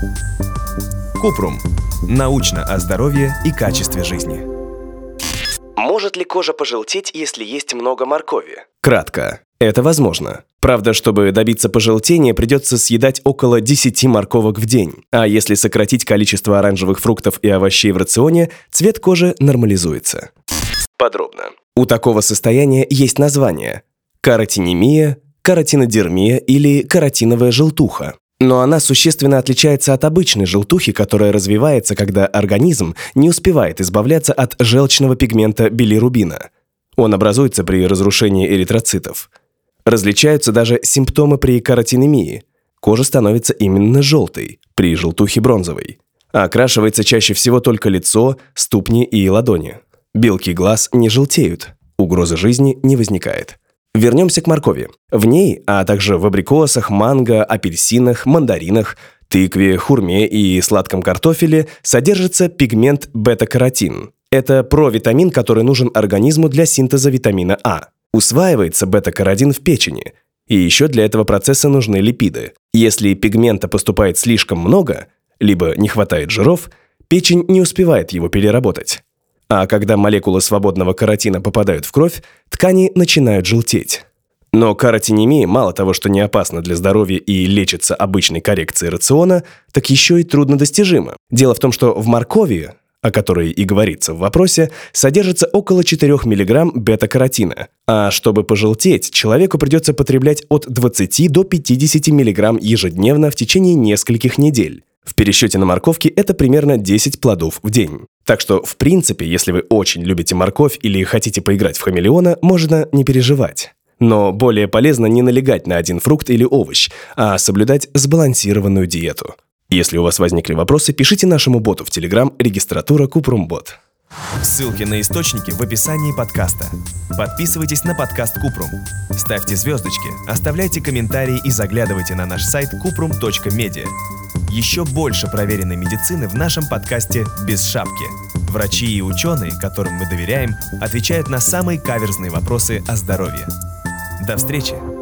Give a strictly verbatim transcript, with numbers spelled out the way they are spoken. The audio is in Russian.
Купрум. Научно о здоровье и качестве жизни. Может ли кожа пожелтеть, если есть много моркови? Кратко. Это возможно. Правда, чтобы добиться пожелтения, придется съедать около десяти морковок в день. А если сократить количество оранжевых фруктов и овощей в рационе, цвет кожи нормализуется. Подробно. У такого состояния есть название – каротинемия, каротинодермия или каротиновая желтуха. Но она существенно отличается от обычной желтухи, которая развивается, когда организм не успевает избавляться от желчного пигмента билирубина. Он образуется при разрушении эритроцитов. Различаются даже симптомы при каротинемии. Кожа становится именно желтой, при желтухе бронзовой. А окрашивается чаще всего только лицо, ступни и ладони. Белки глаз не желтеют, угрозы жизни не возникает. Вернемся к моркови. В ней, а также в абрикосах, манго, апельсинах, мандаринах, тыкве, хурме и сладком картофеле содержится пигмент бета-каротин. Это провитамин, который нужен организму для синтеза витамина А. Усваивается бета-каротин в печени. И еще для этого процесса нужны липиды. Если пигмента поступает слишком много, либо не хватает жиров, печень не успевает его переработать. А когда молекулы свободного каротина попадают в кровь, ткани начинают желтеть. Но каротинемия мало того, что не опасна для здоровья и лечится обычной коррекцией рациона, так еще и труднодостижима. Дело в том, что в моркови, о которой и говорится в вопросе, содержится около четырёх миллиграмм бета-каротина. А чтобы пожелтеть, человеку придется потреблять от двадцати до пятидесяти миллиграмм ежедневно в течение нескольких недель. В пересчете на морковки это примерно десять плодов в день. Так что, в принципе, если вы очень любите морковь или хотите поиграть в хамелеона, можно не переживать. Но более полезно не налегать на один фрукт или овощ, а соблюдать сбалансированную диету. Если у вас возникли вопросы, пишите нашему боту в Telegram регистратура Купрумбот. Ссылки на источники в описании подкаста. Подписывайтесь на подкаст Купрум. Ставьте звездочки, оставляйте комментарии и заглядывайте на наш сайт купрум точка медиа. Еще больше проверенной медицины в нашем подкасте «Без шапки». Врачи и ученые, которым мы доверяем, отвечают на самые каверзные вопросы о здоровье. До встречи!